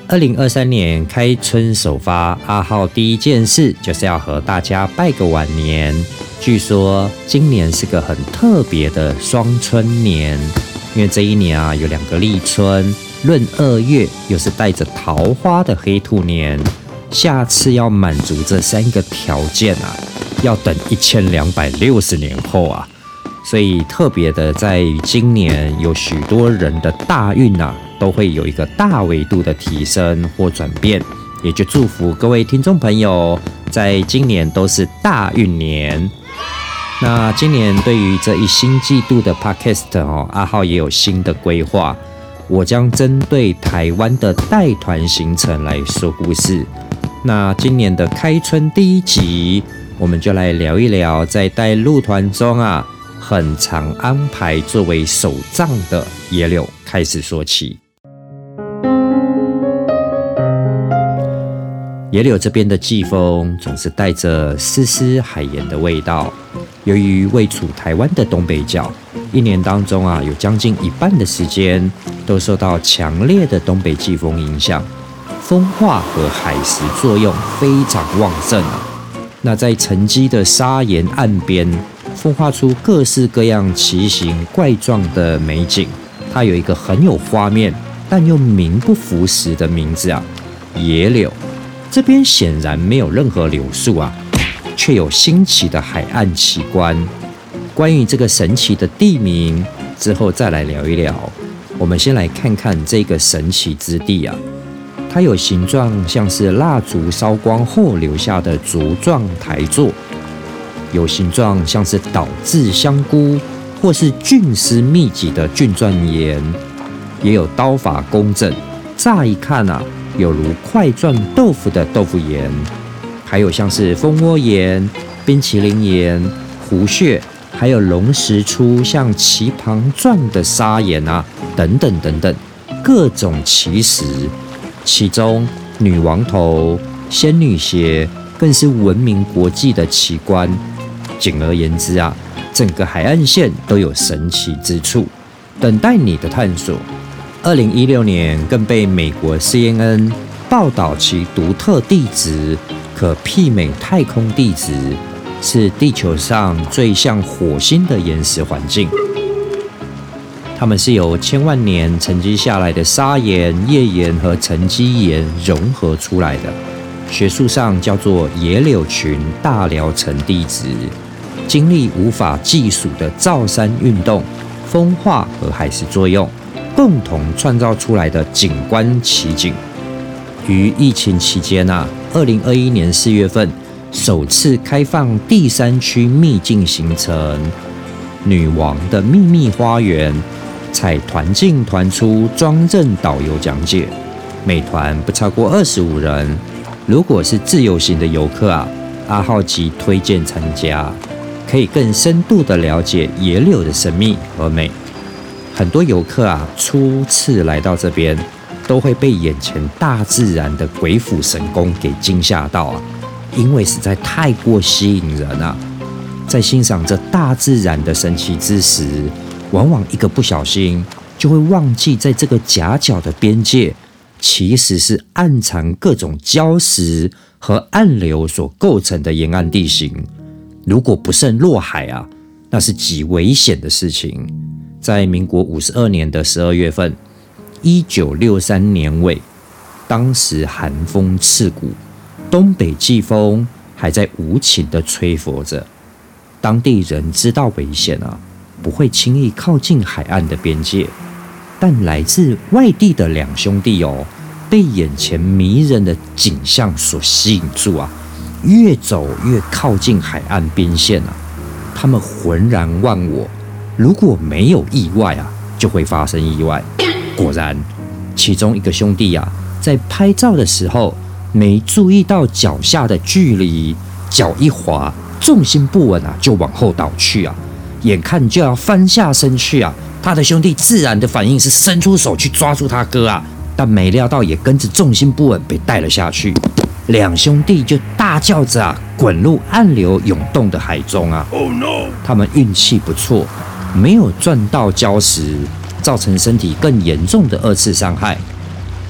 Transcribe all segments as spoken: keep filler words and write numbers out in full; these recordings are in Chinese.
二零二三年开春首发，阿浩第一件事就是要和大家拜个晚年。据说今年是个很特别的双春年，因为这一年啊有两个立春，闰二月又是带着桃花的黑兔年。下次要满足这三个条件啊，要等一千两百六十年后啊。所以特别的在于今年有许多人的大运啊，都会有一个大维度的提升或转变，也就祝福各位听众朋友，在今年都是大运年。那今年对于这一新季度的 Podcast 哦，阿浩也有新的规划，我将针对台湾的带团行程来说故事。那今年的开春第一集，我们就来聊一聊在带路团中啊，很常安排作为手杖的野柳开始说起。野柳这边的季风总是带着丝丝海盐的味道，由于位处台湾的东北角，一年当中啊有将近一半的时间都受到强烈的东北季风影响，风化和海蚀作用非常旺盛啊。那在沉积的砂岩岸边，风化出各式各样奇形怪状的美景。它有一个很有画面但又名不符实的名字啊，野柳。这边显然没有任何柳树啊，却有新奇的海岸奇观。关于这个神奇的地名，之后再来聊一聊。我们先来看看这个神奇之地啊，它有形状像是蜡烛烧光后留下的竹状台座，有形状像是倒置香菇或是菌丝密集的菌状岩，也有刀法工整，乍一看啊，有如块状豆腐的豆腐岩，还有像是蜂窝岩、冰淇淋岩、湖穴，还有溶蚀出像旗旁状的砂岩啊，等等等等，各种奇石。其中女王头、仙女鞋更是闻名国际的奇观。简而言之啊，整个海岸线都有神奇之处，等待你的探索。二零一六年更被美国 C N N 报道其独特地质，可媲美太空地质，是地球上最像火星的岩石环境。它们是由千万年沉积下来的砂岩、页岩和沉积岩融合出来的，学术上叫做野柳群大寮层地质，经历无法计数的造山运动、风化和海蚀作用，共同创造出来的景观奇景。于疫情期间啊，二零二一年四月份首次开放第三区秘境行程，女王的秘密花园，采团进团出庄任导游讲解，每团不超过二十五人。如果是自由行的游客啊，阿浩极推荐参加，可以更深度的了解野柳的神秘和美。很多游客啊，初次来到这边，都会被眼前大自然的鬼斧神工给惊吓到啊，因为实在太过吸引人啊。在欣赏这大自然的神奇之时，往往一个不小心就会忘记，在这个夹角的边界，其实是暗藏各种礁石和暗流所构成的沿岸地形。如果不慎落海啊，那是极危险的事情。在民国五十二年的十二月份，一九六三年尾，当时寒风刺骨，东北季风还在无情的吹拂着。当地人知道危险啊，不会轻易靠近海岸的边界。但来自外地的两兄弟哦，被眼前迷人的景象所吸引住啊，越走越靠近海岸边线啊。他们浑然忘我，如果没有意外啊，就会发生意外。果然，其中一个兄弟啊，在拍照的时候没注意到脚下的距离，脚一滑，重心不稳啊，就往后倒去啊，眼看就要翻下身去啊。他的兄弟自然的反应是伸出手去抓住他哥啊，但没料到也跟着重心不稳被带了下去。两兄弟就大叫着啊，滚入暗流涌动的海中啊。Oh no！ 他们运气不错，没有撞到礁石，造成身体更严重的二次伤害。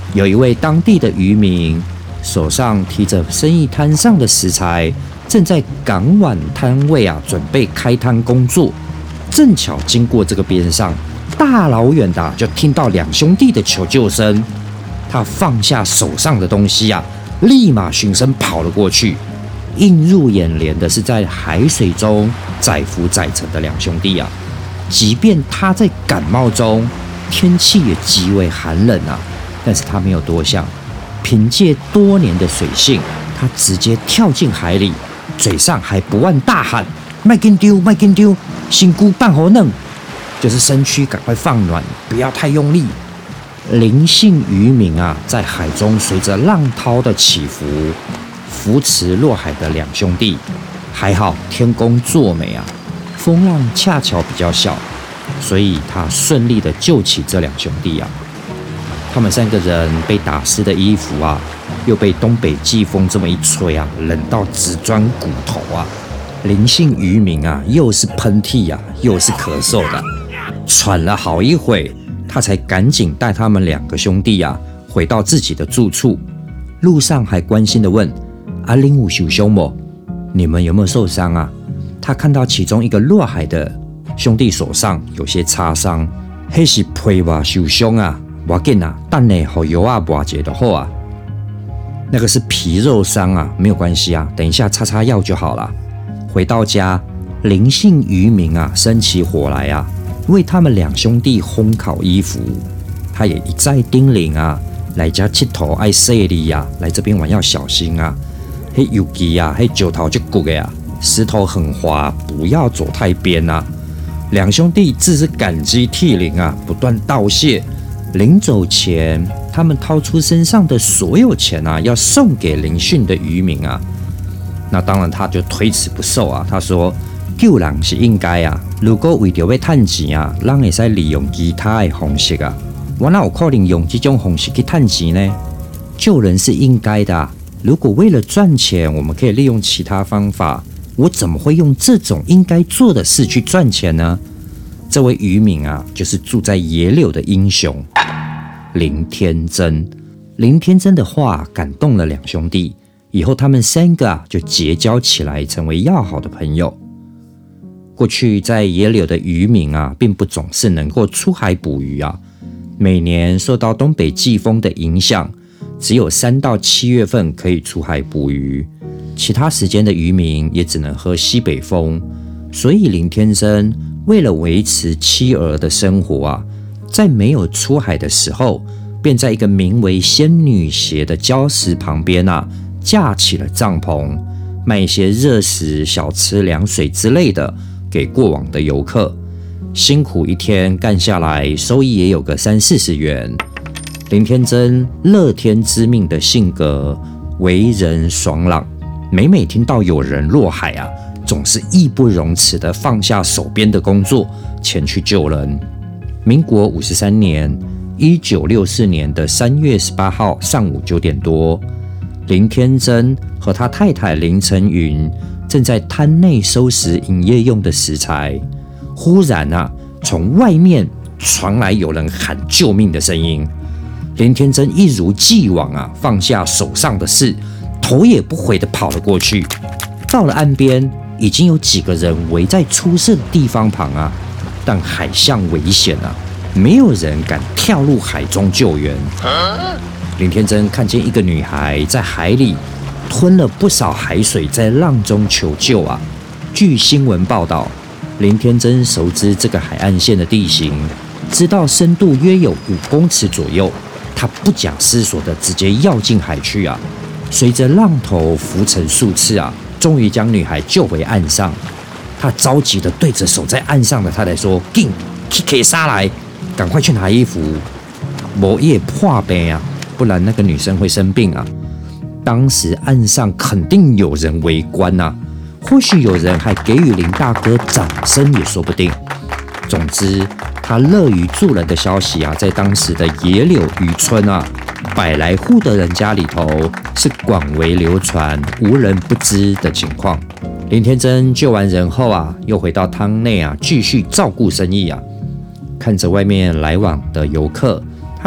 有一位当地的渔民，手上提着生意摊上的食材，正在港湾摊位啊准备开摊工作，正巧经过这个边上，大老远的、啊、就听到两兄弟的求救声。他放下手上的东西啊，立马循声跑了过去。映入眼帘的是在海水中载浮载沉的两兄弟啊，即便他在感冒中，天气也极为寒冷啊，但是他没有多想，凭借多年的水性，他直接跳进海里，嘴上还不忘大喊：“卖跟丢，卖跟丢，辛苦半活嫩！”就是身躯赶快放软，不要太用力。林姓渔民啊，在海中随着浪涛的起伏，扶持落海的两兄弟。还好天公作美啊，风浪恰巧比较小，所以他顺利的救起这两兄弟啊。他们三个人被打湿的衣服啊，又被东北季风这么一吹啊，冷到直钻骨头啊。林姓渔民啊，又是喷嚏啊，又是咳嗽的，喘了好一会，他才赶紧带他们两个兄弟啊回到自己的住处。路上还关心的问：“阿林有受伤吗？你们有没有受伤啊？”他看到其中一个落海的兄弟手上有些擦伤，那是皮吧受伤啊，不要紧啊，等下好油啊抹一下就好啊。那个是皮肉伤啊，没有关系啊，等一下擦擦药就好了。回到家，林姓渔民啊生起火来啊，为他们两兄弟烘烤衣服。他也一再叮咛啊，来家佚佗爱细力啊，来这边玩要小心啊。那尤其啊，那石头就骨的啊，石头很滑，不要走太边啊。两兄弟自是感激涕零啊，不断道谢。临走前，他们掏出身上的所有钱啊，要送给林姓的渔民啊。那当然，他就推辞不受啊。他说：“救人是应该啊，如果为着要赚钱啊，人会使利用其他的方式啊。我哪有可能用这种方式去赚钱呢？救人是应该的啊。如果为了赚钱，我们可以利用其他方法，我怎么会用这种应该做的事去赚钱呢？”这位渔民啊，就是住在野柳的英雄林天真。林天真的话感动了两兄弟。以后他们三个啊就结交起来，成为要好的朋友。过去在野柳的渔民啊，并不总是能够出海捕鱼啊。每年受到东北季风的影响，只有三到七月份可以出海捕鱼，其他时间的渔民也只能喝西北风。所以林天生为了维持妻儿的生活啊，在没有出海的时候，便在一个名为仙女斜的礁石旁边啊。架起了帐篷，卖一些热食、小吃、凉水之类的给过往的游客。辛苦一天干下来，收益也有个三四十元。林天真乐天知命的性格，为人爽朗，每每听到有人落海啊，总是义不容辞地放下手边的工作，前去救人。民国五十三年，一九六四年的三月十八号上午九点多。林天真和他太太林晨云正在摊内收拾营业用的食材，忽然啊，从外面传来有人喊救命的声音。林天真一如既往啊，放下手上的事，头也不回地跑了过去。到了岸边，已经有几个人围在出事的地方旁啊，但海象危险啊，没有人敢跳入海中救援。林天真看见一个女孩在海里吞了不少海水，在浪中求救啊。据新闻报道，林天真熟知这个海岸线的地形，知道深度约有五公尺左右。他不假思索的直接跃进海去啊。随着浪头浮沉数次啊，终于将女孩救回岸上。他着急的对着守在岸上的太太说：“紧，去可以杀来，赶快去拿衣服，没夜破病啊！不然那个女生会生病啊。”当时岸上肯定有人围观啊，或许有人还给予林大哥掌声也说不定。总之，他乐于助人的消息啊，在当时的野柳渔村啊，百来户的人家里头是广为流传、无人不知的情况。林天真救完人后啊，又回到汤内啊，继续照顾生意啊。看着外面来往的游客，他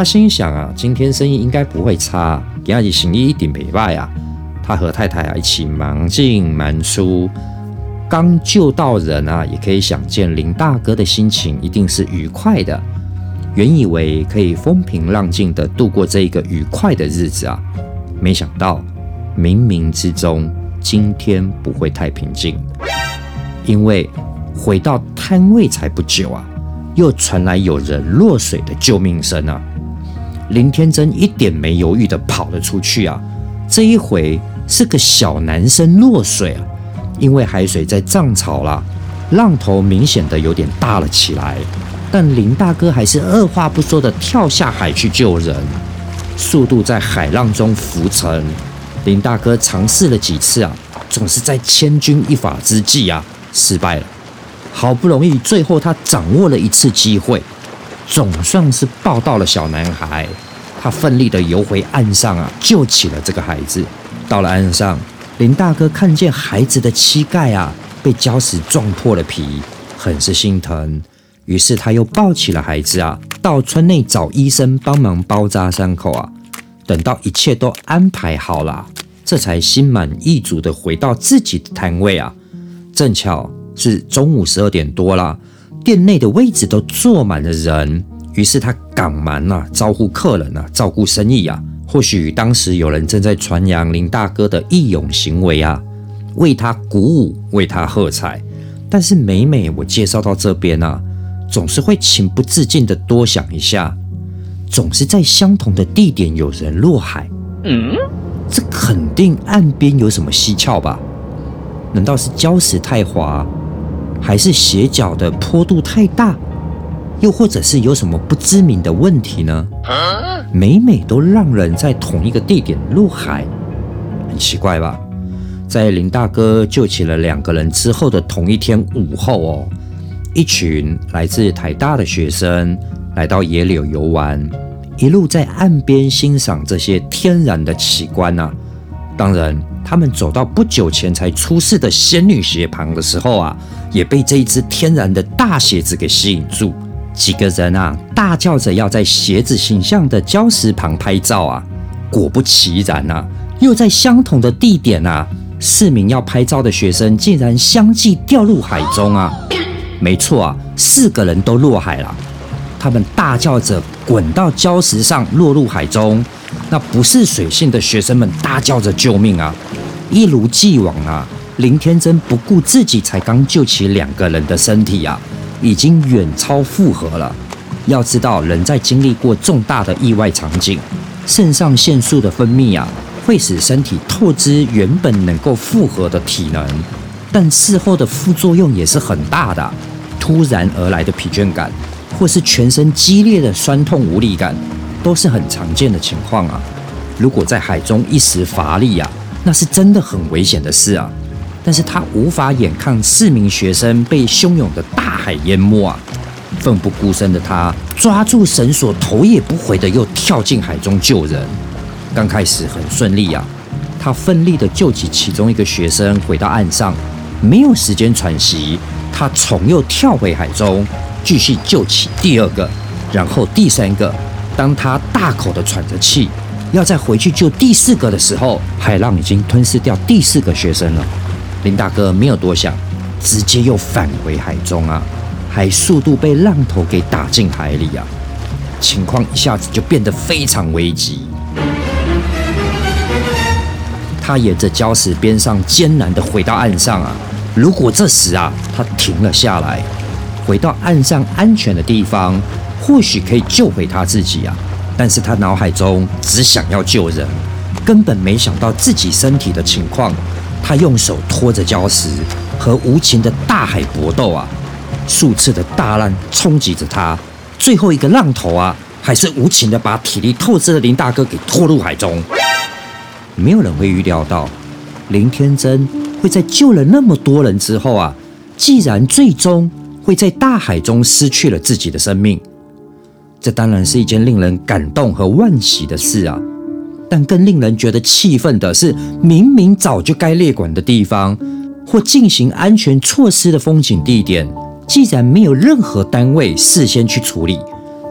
他心想啊，今天生意应该不会差，今日生意一定袂歹啊。他和太太啊一起忙进忙出，刚救到人啊，也可以想见林大哥的心情一定是愉快的。原以为可以风平浪静的度过这一个愉快的日子啊，没想到冥冥之中今天不会太平静，因为回到摊位才不久啊，又传来有人落水的救命声啊。林天真一点没犹豫的跑了出去啊，这一回是个小男生落水啊，因为海水在涨潮啦，浪头明显的有点大了起来。但林大哥还是二话不说的跳下海去救人，速度在海浪中浮沉。林大哥尝试了几次啊，总是在千钧一发之际啊失败了。好不容易，最后他掌握了一次机会，总算是抱到了小男孩。他奋力的游回岸上啊，救起了这个孩子。到了岸上，林大哥看见孩子的膝盖啊被礁石撞破了皮，很是心疼。于是他又抱起了孩子啊，到村内找医生帮忙包扎伤口啊。等到一切都安排好了，这才心满意足的回到自己的摊位啊。正巧是中午十二点多啦，店内的位置都坐满了人，于是他赶忙啊招呼客人啊，照顾生意啊。或许当时有人正在传扬林大哥的义勇行为啊，为他鼓舞，为他喝彩。但是每每我介绍到这边啊，总是会情不自禁的多想一下，总是在相同的地点有人落海，嗯，这肯定岸边有什么蹊跷吧？难道是礁石太滑，还是斜角的坡度太大，又或者是有什么不知名的问题呢？每每都让人在同一个地点落海，很奇怪吧？在林大哥救起了两个人之后的同一天午后哦，一群来自台大的学生来到野柳游玩，一路在岸边欣赏这些天然的奇观啊。当然，他们走到不久前才出世的仙女鞋旁的时候啊，也被这一只天然的大鞋子给吸引住。几个人啊，大叫着要在鞋子形象的礁石旁拍照啊。果不其然啊，又在相同的地点啊，四名要拍照的学生竟然相继掉入海中啊。没错啊，四个人都落海了。他们大叫着滚到礁石上，落入海中。那不是水性的学生们大叫着救命啊！一如既往啊，林天真不顾自己才刚救起两个人的身体啊，已经远超负荷了。要知道，人在经历过重大的意外场景，肾上腺素的分泌啊，会使身体透支原本能够负荷的体能，但事后的副作用也是很大的。突然而来的疲倦感，或是全身激烈的酸痛无力感，都是很常见的情况啊。如果在海中一时乏力啊，那是真的很危险的事啊。但是他无法眼看四名学生被汹涌的大海淹没啊，奋不顾身的他抓住绳索，头也不回的又跳进海中救人。刚开始很顺利啊，他奋力的救起其中一个学生，回到岸上，没有时间喘息，他重又跳回海中，继续救起第二个，然后第三个。当他大口的喘着气，要再回去救第四个的时候，海浪已经吞噬掉第四个学生了。林大哥没有多想，直接又返回海中啊，还速度被浪头给打进海里啊，情况一下子就变得非常危急。他沿着礁石边上艰难的回到岸上啊，如果这时啊他停了下来，回到岸上安全的地方，或许可以救回他自己啊。但是他脑海中只想要救人，根本没想到自己身体的情况。他用手托着礁石，和无情的大海搏斗啊，数次的大浪冲击着他，最后一个浪头啊，还是无情的把体力透支的林大哥给拖入海中。没有人会预料到，林天真会在救了那么多人之后啊，既然最终会在大海中失去了自己的生命。这当然是一件令人感动和惋惜的事啊，但更令人觉得气愤的是，明明早就该列管的地方或进行安全措施的风景地点，既然没有任何单位事先去处理，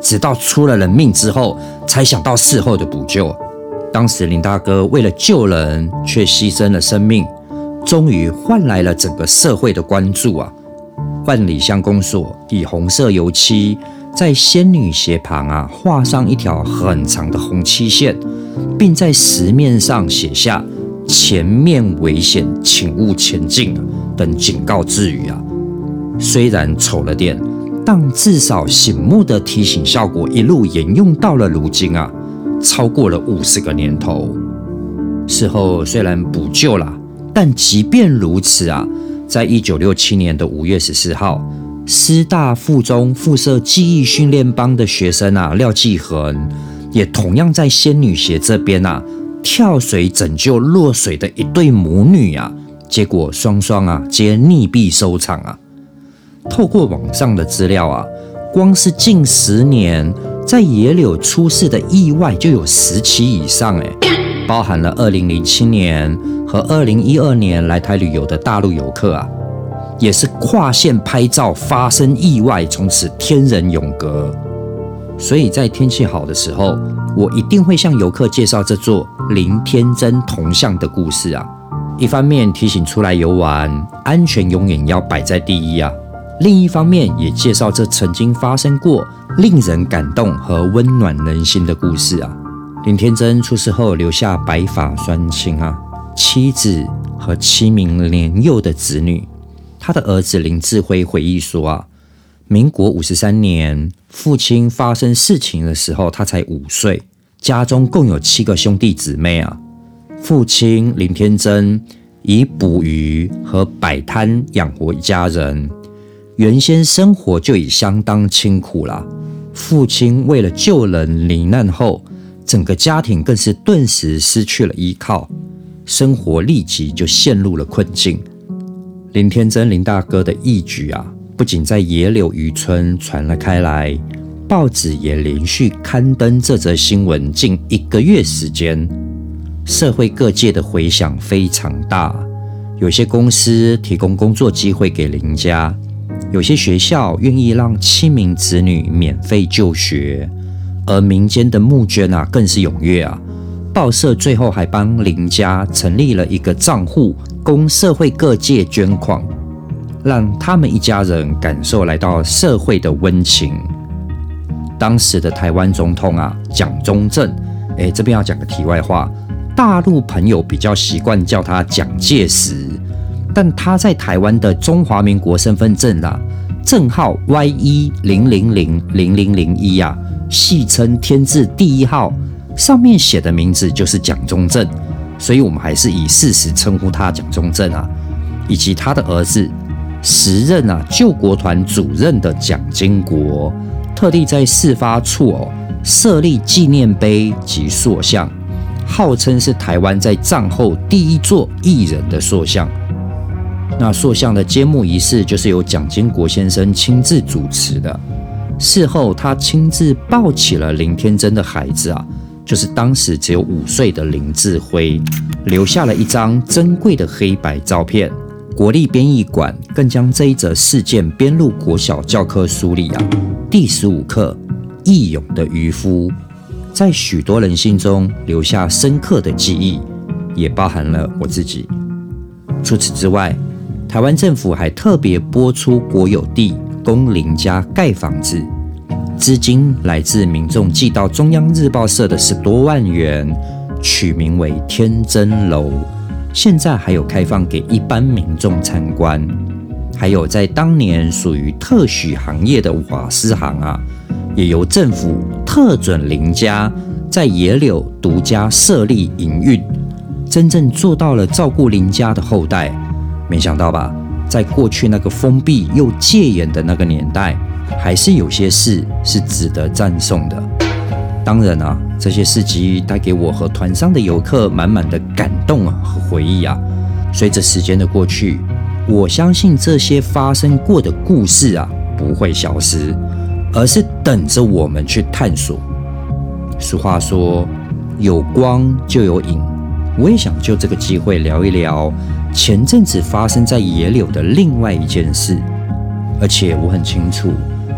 直到出了人命之后，才想到事后的补救。当时林大哥为了救人，却牺牲了生命，终于换来了整个社会的关注啊！万里乡公所以红色油漆在仙女鞋旁啊画上一条很长的红漆线，并在石面上写下“前面危险，请勿前进”等警告字语啊。虽然丑了点，但至少醒目的提醒效果一路沿用到了如今啊，超过了五十个年头。事后虽然补救啦，但即便如此啊，在一九六七年的五月十四号，师大附中附设技艺训练班的学生啊廖继恒，也同样在仙女鞋这边啊跳水拯救落水的一对母女啊，结果双双啊皆溺毙收场啊。透过网上的资料啊，光是近十年在野柳出事的意外就有十起以上哎，包含了二零零七年和二零一二年来台旅游的大陆游客啊，也是跨线拍照发生意外，从此天人永隔。所以在天气好的时候，我一定会向游客介绍这座林天真铜像的故事啊。一方面提醒出来游玩，安全永远要摆在第一啊。另一方面也介绍这曾经发生过令人感动和温暖人心的故事啊。林天真出事后留下白发双亲啊，妻子和七名年幼的子女。他的儿子林志辉回忆说啊，民国五十三年，父亲发生事情的时候，他才五岁，家中共有七个兄弟姊妹啊。父亲林天真以捕鱼和摆摊养活一家人，原先生活就已相当清苦了。父亲为了救人罹难后，整个家庭更是顿时失去了依靠，生活立即就陷入了困境。林天真林大哥的义举啊，不仅在野柳渔村传了开来，报纸也连续刊登这则新闻近一个月时间，社会各界的回响非常大。有些公司提供工作机会给林家，有些学校愿意让七名子女免费就学，而民间的募捐啊更是踊跃啊。报社最后还帮林家成立了一个账户，供社会各界捐款，让他们一家人感受来到社会的温情。当时的台湾总统啊蒋中正，哎，这边要讲个题外话，大陆朋友比较习惯叫他蒋介石，但他在台湾的中华民国身份证啊，证号 Y 一零零零零零零一啊，戏称天字第一号，上面写的名字就是蒋中正，所以我们还是以事实称呼他蒋中正啊。以及他的儿子时任啊救国团主任的蒋经国，特地在事发处哦设立纪念碑及塑像，号称是台湾在战后第一座艺人的塑像。那塑像的揭幕仪式就是由蒋经国先生亲自主持的。事后他亲自抱起了林天真的孩子啊，就是当时只有五岁的林志辉，留下了一张珍贵的黑白照片。国立编译馆更将这一则事件编入国小教科书里啊。第十五课，义勇的渔夫，在许多人心中留下深刻的记忆，也包含了我自己。除此之外，台湾政府还特别拨出国有地供林家盖房子，资金来自民众寄到中央日报社的十多万元，取名为天真楼，现在还有开放给一般民众参观。还有在当年属于特许行业的瓦斯行啊，也由政府特准林家在野柳独家设立营运，真正做到了照顾林家的后代。没想到吧，在过去那个封闭又戒严的那个年代，还是有些事是值得赞颂的。当然啊，这些事迹带给我和团上的游客满满的感动啊和回忆啊。随着时间的过去，我相信这些发生过的故事啊不会消失，而是等着我们去探索。俗话说，有光就有影。我也想就这个机会聊一聊前阵子发生在野柳的另外一件事，而且我很清楚，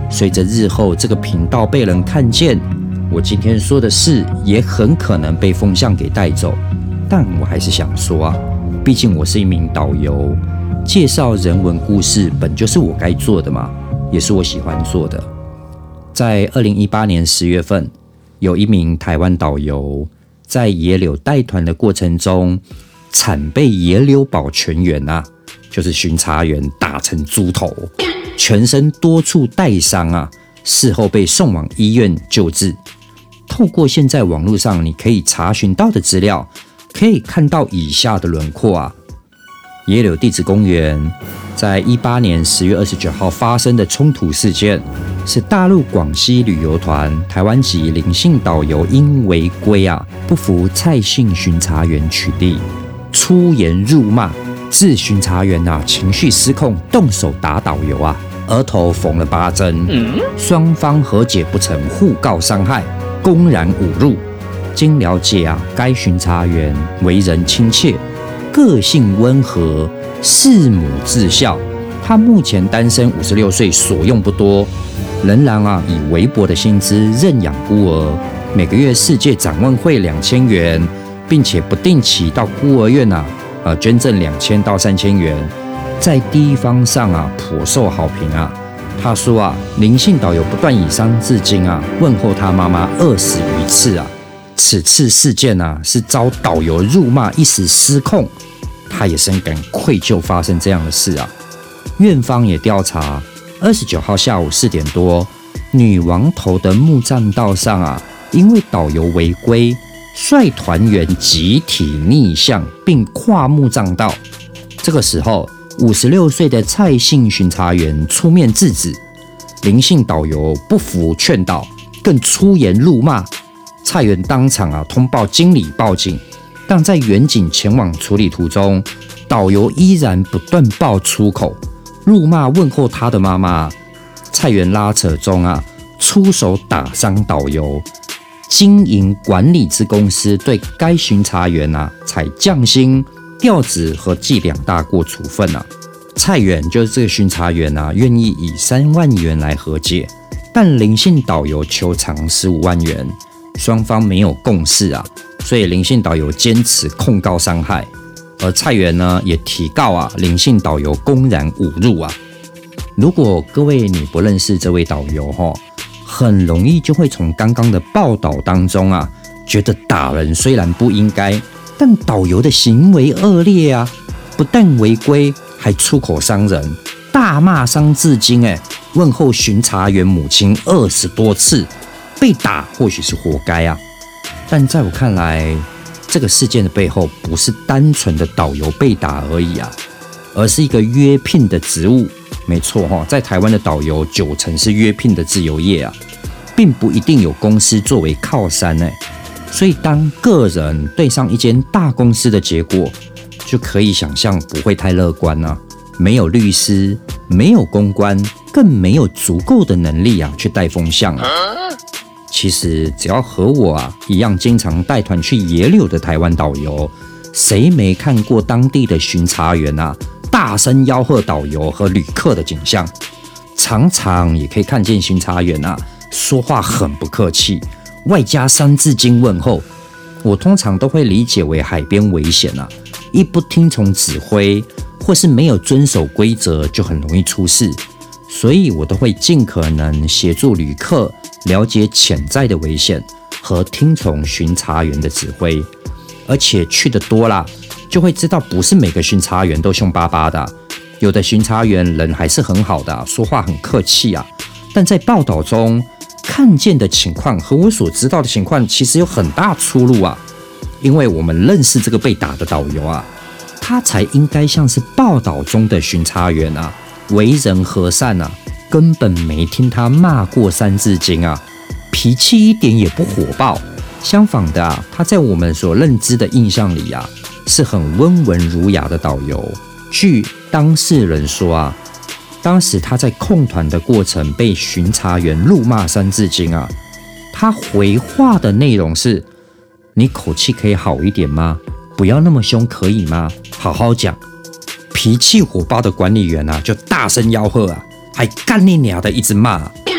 随着日后这个频道被人看见，我今天说的事也很可能被风向给带走。但我还是想说啊，毕竟我是一名导游，介绍人文故事本就是我该做的嘛，也是我喜欢做的。在二零一八年十月份，有一名台湾导游在野柳带团的过程中，惨被野柳保全员啊，就是巡查员打成猪头，全身多处带伤啊，事后被送往医院救治。透过现在网络上你可以查询到的资料，可以看到以下的轮廓啊。野柳地质公园在一八年十月二十九号发生的冲突事件，是大陆广西旅游团台湾籍林姓导游因违规啊，不服蔡姓巡查员取缔，出言辱骂，致巡查员啊情绪失控，动手打导游啊，额头缝了八针，双方和解不成，互告伤害，公然侮辱。经了解啊，该巡查员为人亲切，个性温和，弑母至孝。他目前单身，五十六岁，所用不多，仍然啊以微薄的薪资认养孤儿，每个月世界展望会两千元，并且不定期到孤儿院啊，呃捐赠两千到三千元，在地方上啊颇受好评啊。他说啊，林姓导游不断以伤至今啊，问候他妈妈二十余次啊。此次事件啊，是遭导游辱骂，一时失控，他也深感愧疚，发生这样的事啊。院方也调查，二十九号下午四点多，女王头的木栈道上啊，因为导游违规，率团员集体逆向并跨木栈道。这个时候，五十六岁的蔡姓巡查员出面制止，林姓导游不服劝导，更出言辱骂。蔡员当场啊通报经理报警，但在员警前往处理途中，导游依然不断爆粗口，辱骂问候他的妈妈。蔡员拉扯中啊，出手打伤导游。经营管理之公司对该巡查员啊采降薪、调职和记两大过处分啊。蔡员就是这个巡查员啊，愿意以三万元来和解，但林姓导游求偿十五万元。双方没有共识啊，所以林姓导游坚持控告伤害，而蔡员呢也提告啊，林姓导游公然侮辱啊。如果各位你不认识这位导游齁，很容易就会从刚刚的报道当中啊，觉得打人虽然不应该，但导游的行为恶劣啊，不但违规，还出口伤人，大骂伤至今哎，问候巡查员母亲二十多次。被打或许是活该啊，但在我看来，这个事件的背后不是单纯的导游被打而已啊，而是一个约聘的职务。没错哈，在台湾的导游九成是约聘的自由业啊，并不一定有公司作为靠山哎。所以当个人对上一间大公司的结果，就可以想象不会太乐观啊。没有律师，没有公关，更没有足够的能力啊去带风向啊。其实只要和我啊一样经常带团去野柳的台湾导游，谁没看过当地的巡查员啊大声吆喝导游和旅客的景象？常常也可以看见巡查员啊说话很不客气，外加三字经问候。我通常都会理解为海边危险啊，一不听从指挥或是没有遵守规则，就很容易出事。所以我都会尽可能协助旅客了解潜在的危险和听从巡查员的指挥。而且去得多啦，就会知道不是每个巡查员都凶巴巴的，有的巡查员人还是很好的，说话很客气啊。但在报道中看见的情况和我所知道的情况其实有很大出入啊。因为我们认识这个被打的导游啊，他才应该像是报道中的巡查员啊，为人和善啊，根本没听他骂过三字经啊，脾气一点也不火爆。相反的啊，他在我们所认知的印象里啊，是很温文儒雅的导游。据当事人说啊，当时他在控团的过程被巡查员辱骂三字经啊，他回话的内容是：你口气可以好一点吗？不要那么凶可以吗？好好讲。脾气火爆的管理员啊，就大声吆喝啊，还干你娘的一直骂。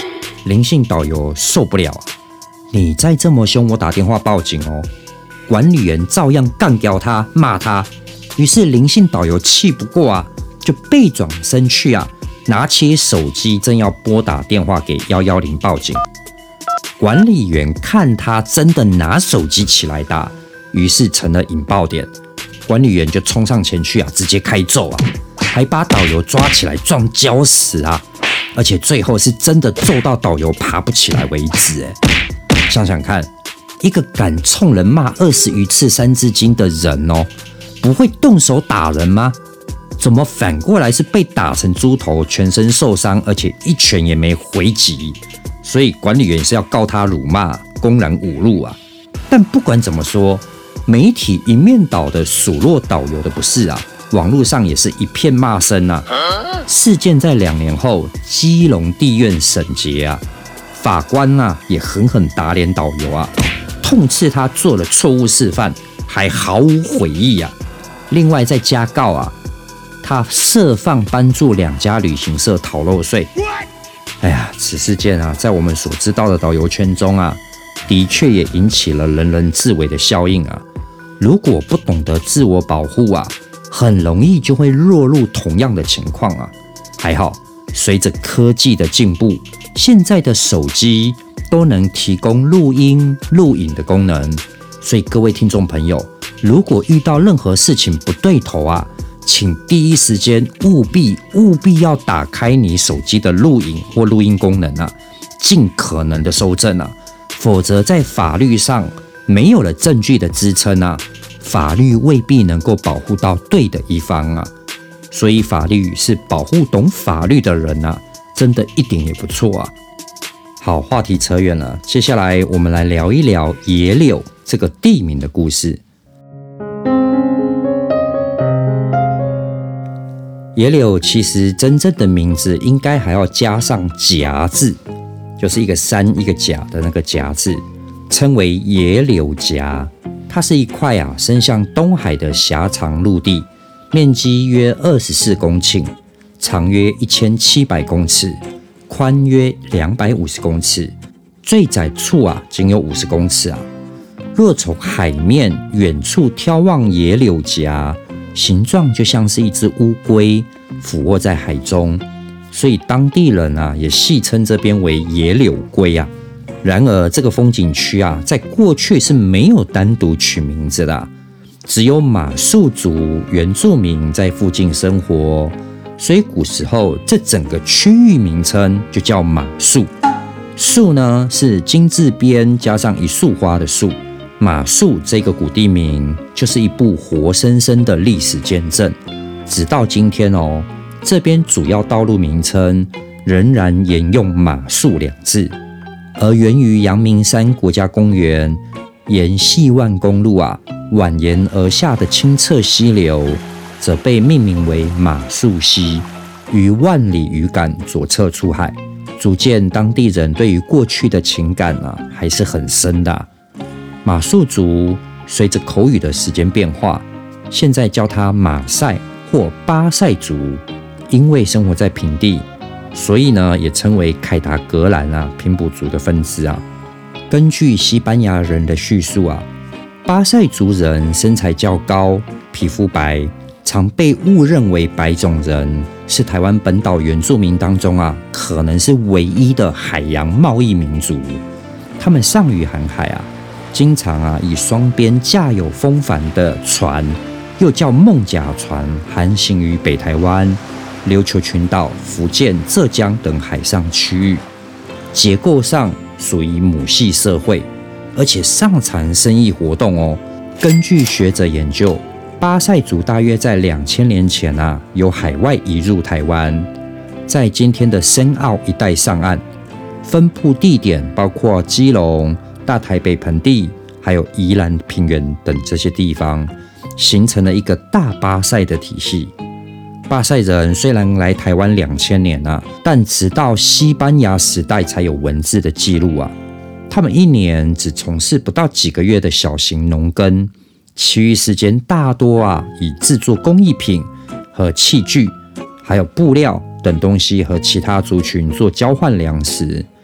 林姓导游受不了啊，你再这么凶，我打电话报警哦。管理员照样干掉他，骂他。于是林姓导游气不过啊，就背转身去啊，拿起手机正要拨打电话给一一零报警。管理员看他真的拿手机起来打，于是成了引爆点。管理员就冲上前去啊，直接开揍啊，还把导游抓起来撞礁石啊，而且最后是真的揍到导游爬不起来为止。哎，想想看，一个敢冲人骂二十余次三字经的人哦，不会动手打人吗？怎么反过来是被打成猪头，全身受伤，而且一拳也没回击？所以管理员是要告他辱骂、公然侮辱啊。但不管怎么说，媒体一面倒的数落导游的不是啊，网络上也是一片骂声啊。事件在两年后，基隆地院审结啊，法官啊也狠狠打脸导游啊，痛斥他做了错误示范，还毫无悔意啊。另外再加告啊，他设放帮助两家旅行社逃漏税。哎呀，此事件啊，在我们所知道的导游圈中啊，的确也引起了人人自危的效应啊。如果不懂得自我保护啊，很容易就会落入同样的情况啊。还好，随着科技的进步，现在的手机都能提供录音、录影的功能，所以各位听众朋友，如果遇到任何事情不对头啊，请第一时间务必务必要打开你手机的录影或录音功能啊，尽可能的搜证啊，否则在法律上没有了证据的支撑啊，法律未必能够保护到对的一方啊。所以法律是保护懂法律的人啊，真的一点也不错啊。好，话题扯远了，接下来我们来聊一聊野柳这个地名的故事。野柳其实真正的名字应该还要加上夹字，就是一个山一个甲的那个夹字，称为野柳夹。它是一块啊伸向东海的狭长陆地，面积约二十四公顷，长约一千七百公尺，宽约两百五十公尺，最窄处啊仅有五十公尺啊。若从海面远处眺望野柳夹，形状就像是一只乌龟俯卧在海中，所以当地人啊也戏称这边为野柳龟啊。然而这个风景区啊，在过去是没有单独取名字的啊，只有马术族原住民在附近生活，所以古时候这整个区域名称就叫马术。术呢是金字边加上一束花的树，马术这个古地名就是一部活生生的历史见证。直到今天哦，这边主要道路名称仍然沿用马术两字，而源于阳明山国家公园沿细万公路啊蜿蜒而下的清澈溪流，则被命名为马术溪，于万里渔港左侧出海。足见当地人对于过去的情感啊还是很深的啊。马术族随着口语的时间变化，现在叫它马赛或巴塞族，因为生活在平地，所以呢也称为凯达格兰啊平埔族的分支啊。根据西班牙人的叙述啊，巴塞族人身材较高，皮肤白，常被误认为白种人，是台湾本岛原住民当中啊可能是唯一的海洋贸易民族。他们善于航海啊，经常啊以双边架有风帆的船，又叫梦甲船，航行于北台湾、琉球群岛、福建、浙江等海上区域。结构上属于母系社会，而且擅长生意活动哦。根据学者研究，巴塞族大约在两千年前啊由海外移入台湾，在今天的深澳一带上岸，分布地点包括基隆、大台北盆地，还有宜兰平原等这些地方，形成了一个大巴塞的体系。巴塞人虽然来台湾两千年啊，但直到西班牙时代才有文字的记录啊。他们一年只从事不到几个月的小型农耕，其余时间大多啊以制作工艺品和器具，还有布料等东西和其他族群做交换粮食。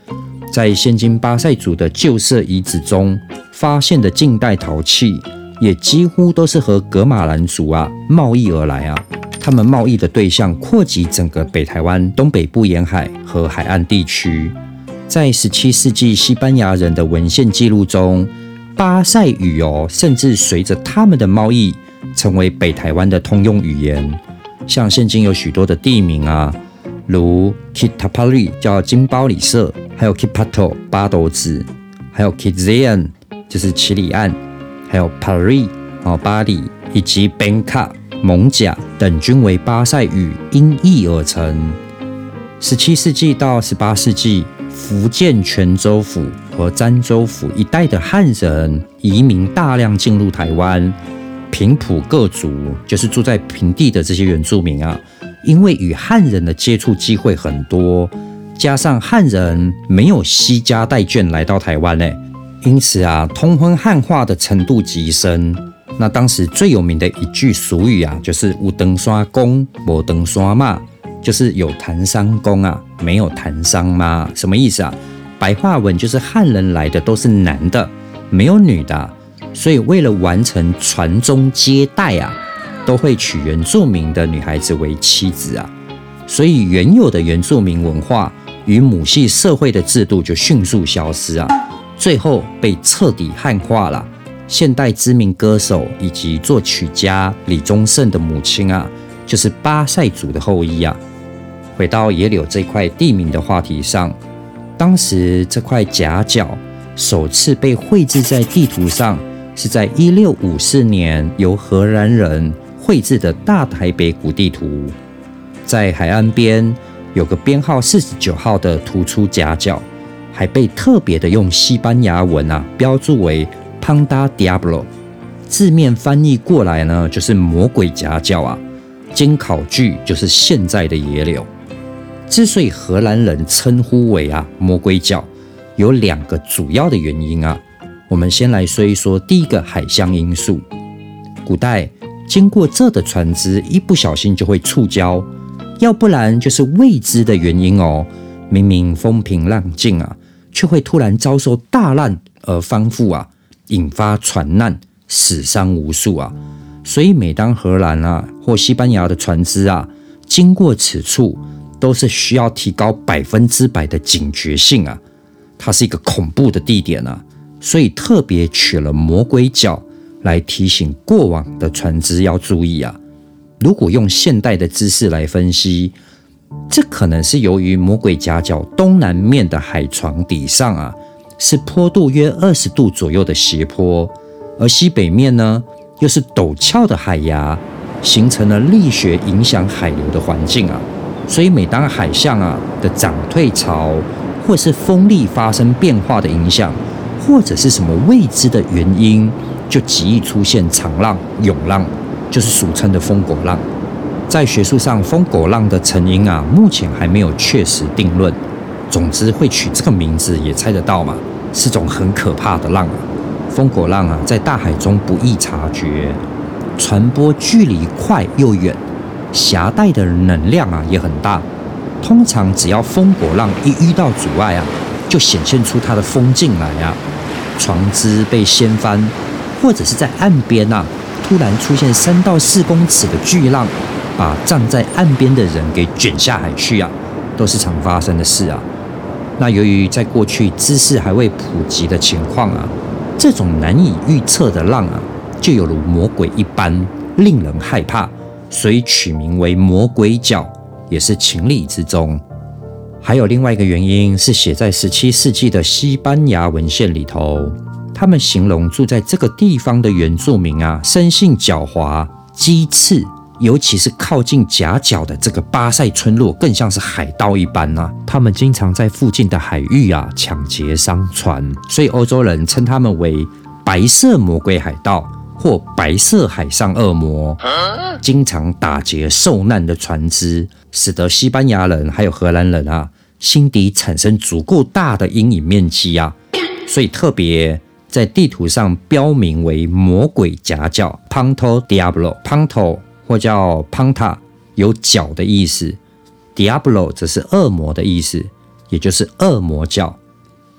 在现今巴塞族的旧社遗址中发现的近代陶器，也几乎都是和噶玛兰族啊贸易而来啊。他们贸易的对象扩及整个北台湾东北部沿海和海岸地区。在十七世纪西班牙人的文献记录中，巴塞语哦，甚至随着他们的贸易成为北台湾的通用语言。像现今有许多的地名啊，如 Kitapari 叫金包里社，还有 Kipato 八斗子，还有 Kizian 就是奇里岸，还有 Paris 哦巴黎，以及 Benca 蒙甲等均为巴塞语音译而成。十七世纪到十八世纪，福建泉州府和漳州府一带的汉人移民大量进入台湾，平埔各族就是住在平地的这些原住民啊，因为与汉人的接触机会很多，加上汉人没有惜家带眷来到台湾呢，因此啊，通婚汉化的程度极深。那当时最有名的一句俗语啊，就是有长山公，没长山妈，就是有谈商公啊，没有谈商妈。什么意思啊？白话文就是汉人来的都是男的，没有女的啊，所以为了完成传宗接代啊，都会娶原住民的女孩子为妻子啊。所以原有的原住民文化与母系社会的制度就迅速消失啊，最后被彻底汉化了。现代知名歌手以及作曲家李宗盛的母亲啊，就是巴塞族的后裔啊。回到野柳这块地名的话题上，当时这块夹角首次被绘制在地图上，是在一六五四年由荷兰人绘制的大台北古地图。在海岸边有个编号四十九号的突出夹角，还被特别的用西班牙文啊标注为 Punta Diablo， 字面翻译过来呢就是魔鬼夹角啊，经考据就是现在的野柳。之所以荷兰人称呼为啊魔鬼角，有两个主要的原因啊。我们先来说一说第一个海象因素。古代经过这的船只一不小心就会触礁，要不然就是未知的原因哦，明明风平浪静啊，却会突然遭受大浪而翻覆啊，引发船难，死伤无数啊。所以每当荷兰啊或西班牙的船只啊经过此处，都是需要提高百分之百的警觉性啊。它是一个恐怖的地点啊，所以特别取了魔鬼角来提醒过往的船只要注意啊。如果用现代的知识来分析，这可能是由于魔鬼夹角东南面的海床底上啊，是坡度约二十度左右的斜坡，而西北面呢又是陡峭的海崖，形成了力学影响海流的环境啊。所以每当海象啊的涨退潮，或是风力发生变化的影响，或者是什么未知的原因，就极易出现长浪、涌浪，就是俗称的疯狗浪。在学术上，疯狗浪的成因啊，目前还没有确实定论。总之，会取这个名字也猜得到嘛，是种很可怕的浪啊。疯狗浪啊，在大海中不易察觉，传播距离快又远，携带的能量啊也很大。通常只要疯狗浪一遇到阻碍啊，就显现出它的风劲来啊，船只被掀翻，或者是在岸边啊突然出现三到四公尺的巨浪，把站在岸边的人给卷下海去啊，都是常发生的事啊。那由于在过去知识还未普及的情况啊，这种难以预测的浪啊，就有如魔鬼一般，令人害怕，所以取名为魔鬼角，也是情理之中。还有另外一个原因是写在十七世纪的西班牙文献里头，他们形容住在这个地方的原住民啊，生性狡猾、机智，尤其是靠近夹角的这个巴塞村落，更像是海盗一般啊。他们经常在附近的海域啊抢劫商船，所以欧洲人称他们为白色魔鬼海盗或白色海上恶魔，经常打劫受难的船只，使得西班牙人还有荷兰人啊心底产生足够大的阴影面积啊，所以特别在地图上标明为魔鬼夹角 Punta Diablo。Punta 或叫 Punta 有角的意思， Diablo 则是恶魔的意思，也就是恶魔角。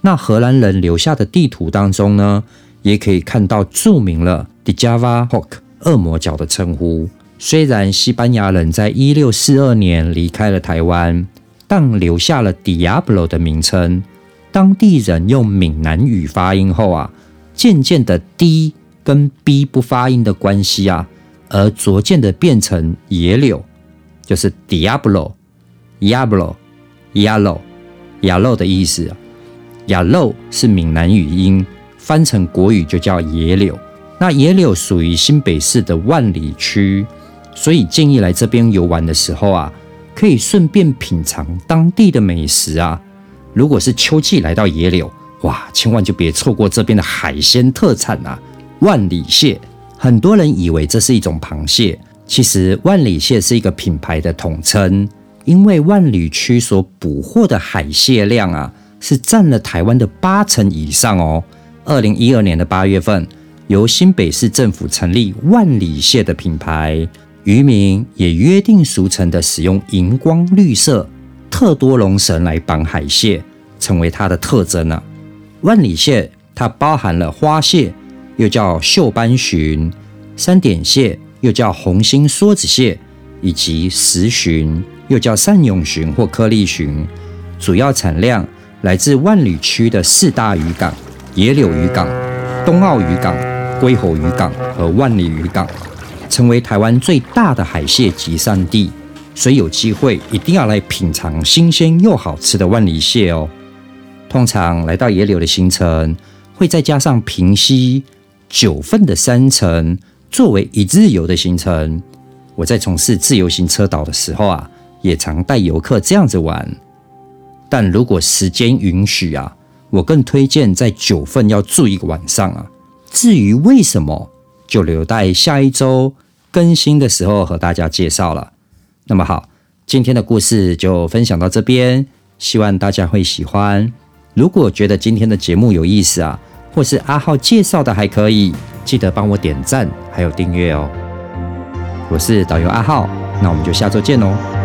那荷兰人留下的地图当中呢，也可以看到注明了 De Java Hoek 恶魔角的称呼。虽然西班牙人在一六四二年离开了台湾，但留下了 Diablo 的名称。当地人用闽南语发音后啊，渐渐的 D 跟 B 不发音的关系啊，而逐渐的变成野柳，就是 Diablo、Diablo、Yellow、Yellow 的意思。Yellow 是闽南语音，翻成国语就叫野柳。那野柳属于新北市的万里区，所以建议来这边游玩的时候啊，可以顺便品尝当地的美食啊。如果是秋季来到野柳，哇，千万就别错过这边的海鲜特产啊！万里蟹，很多人以为这是一种螃蟹，其实万里蟹是一个品牌的统称，因为万里区所捕获的海蟹量啊，是占了台湾的八成以上哦。二零一二年的八月份，由新北市政府成立万里蟹的品牌，渔民也约定俗成的使用荧光绿色特多龙绳来绑海蟹，成为它的特征啊。万里蟹它包含了花蟹，又叫锈斑鲟；三点蟹又叫红心梭子蟹，以及石鲟，又叫善永鲟或颗粒鲟。主要产量来自万里区的四大渔港：野柳渔港、东澳渔港、龟吼渔港和万里渔港，成为台湾最大的海蟹集散地。所以有机会一定要来品尝新鲜又好吃的万里蟹哦。通常来到野柳的行程，会再加上平溪、九份的山城，作为一日游的行程。我在从事自由行车导的时候啊，也常带游客这样子玩。但如果时间允许啊，我更推荐在九份要住一个晚上啊。至于为什么，就留待下一周更新的时候和大家介绍了。那么好，今天的故事就分享到这边，希望大家会喜欢。如果觉得今天的节目有意思啊，或是阿浩介绍的还可以，记得帮我点赞还有订阅哦。我是导游阿浩，那我们就下周见哦。